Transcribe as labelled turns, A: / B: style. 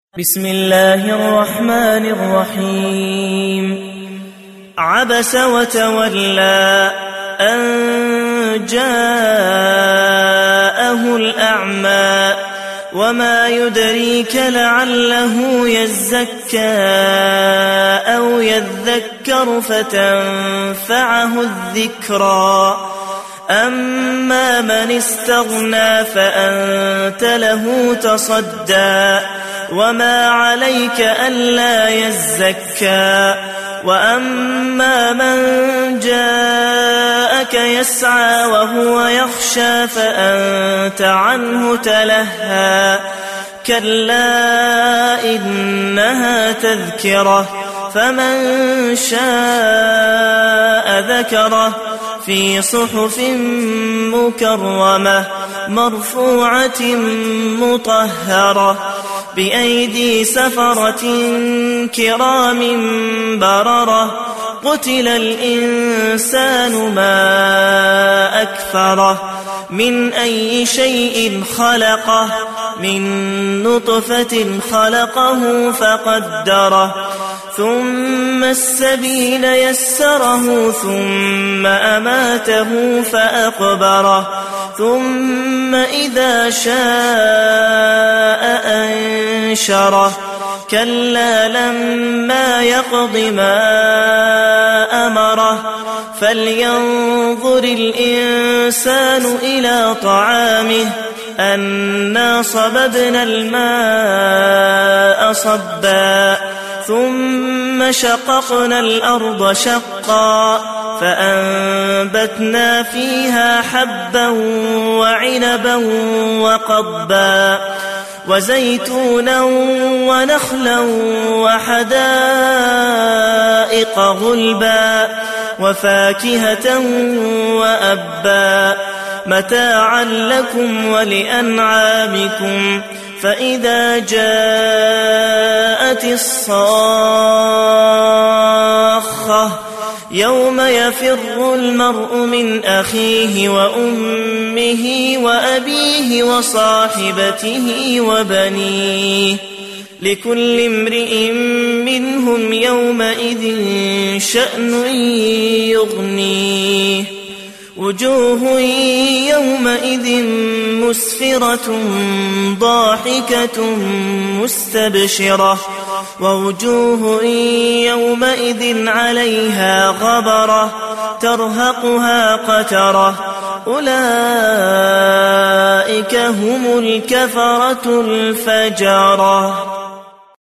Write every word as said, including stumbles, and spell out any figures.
A: بسم الله الرحمن الرحيم. عبس وتولى أن جاءه الأعمى وما يدريك لعله يزكى أو يذكر فتنفعه الذكرى. أما من استغنى فأنت له تصدى وما عليك ألا يزكى. وأما من جاءك يسعى وهو يخشى فأنت عنه تلهى. كلا إنها تذكرة فمن شاء ذكره في صحف مكرمة مرفوعة مطهرة بأيدي سفرة كرام بررة. قتل الإنسان ما أكفره من أي شيء خلقه من نطفة خلقه فقدره ثم السبيل يسره ثم أماته فأقبره ثم إذا شاء أنشره. كلا لما يقض ما أمره فلينظر الإنسان إلى طعامه أنا صببنا الماء صبا ثم شققنا الأرض شقا فأنبتنا فيها حبا وعنبا وقضبا وزيتونا ونخلا وحدائق غلبا وفاكهة وأبا متاعا لكم ولأنعامكم. فإذا جاءت الصاخة يوم يفر المرء من أخيه وأمه وأبيه وصاحبته وبنيه لكل امرئ منهم يومئذ شأن يغنيه. وجوه يومئذ مسفرة ضاحكة مستبشرة ووجوه يومئذ عليها غبرة ترهقها قترة. أولئك هم الكفرة الفجرة.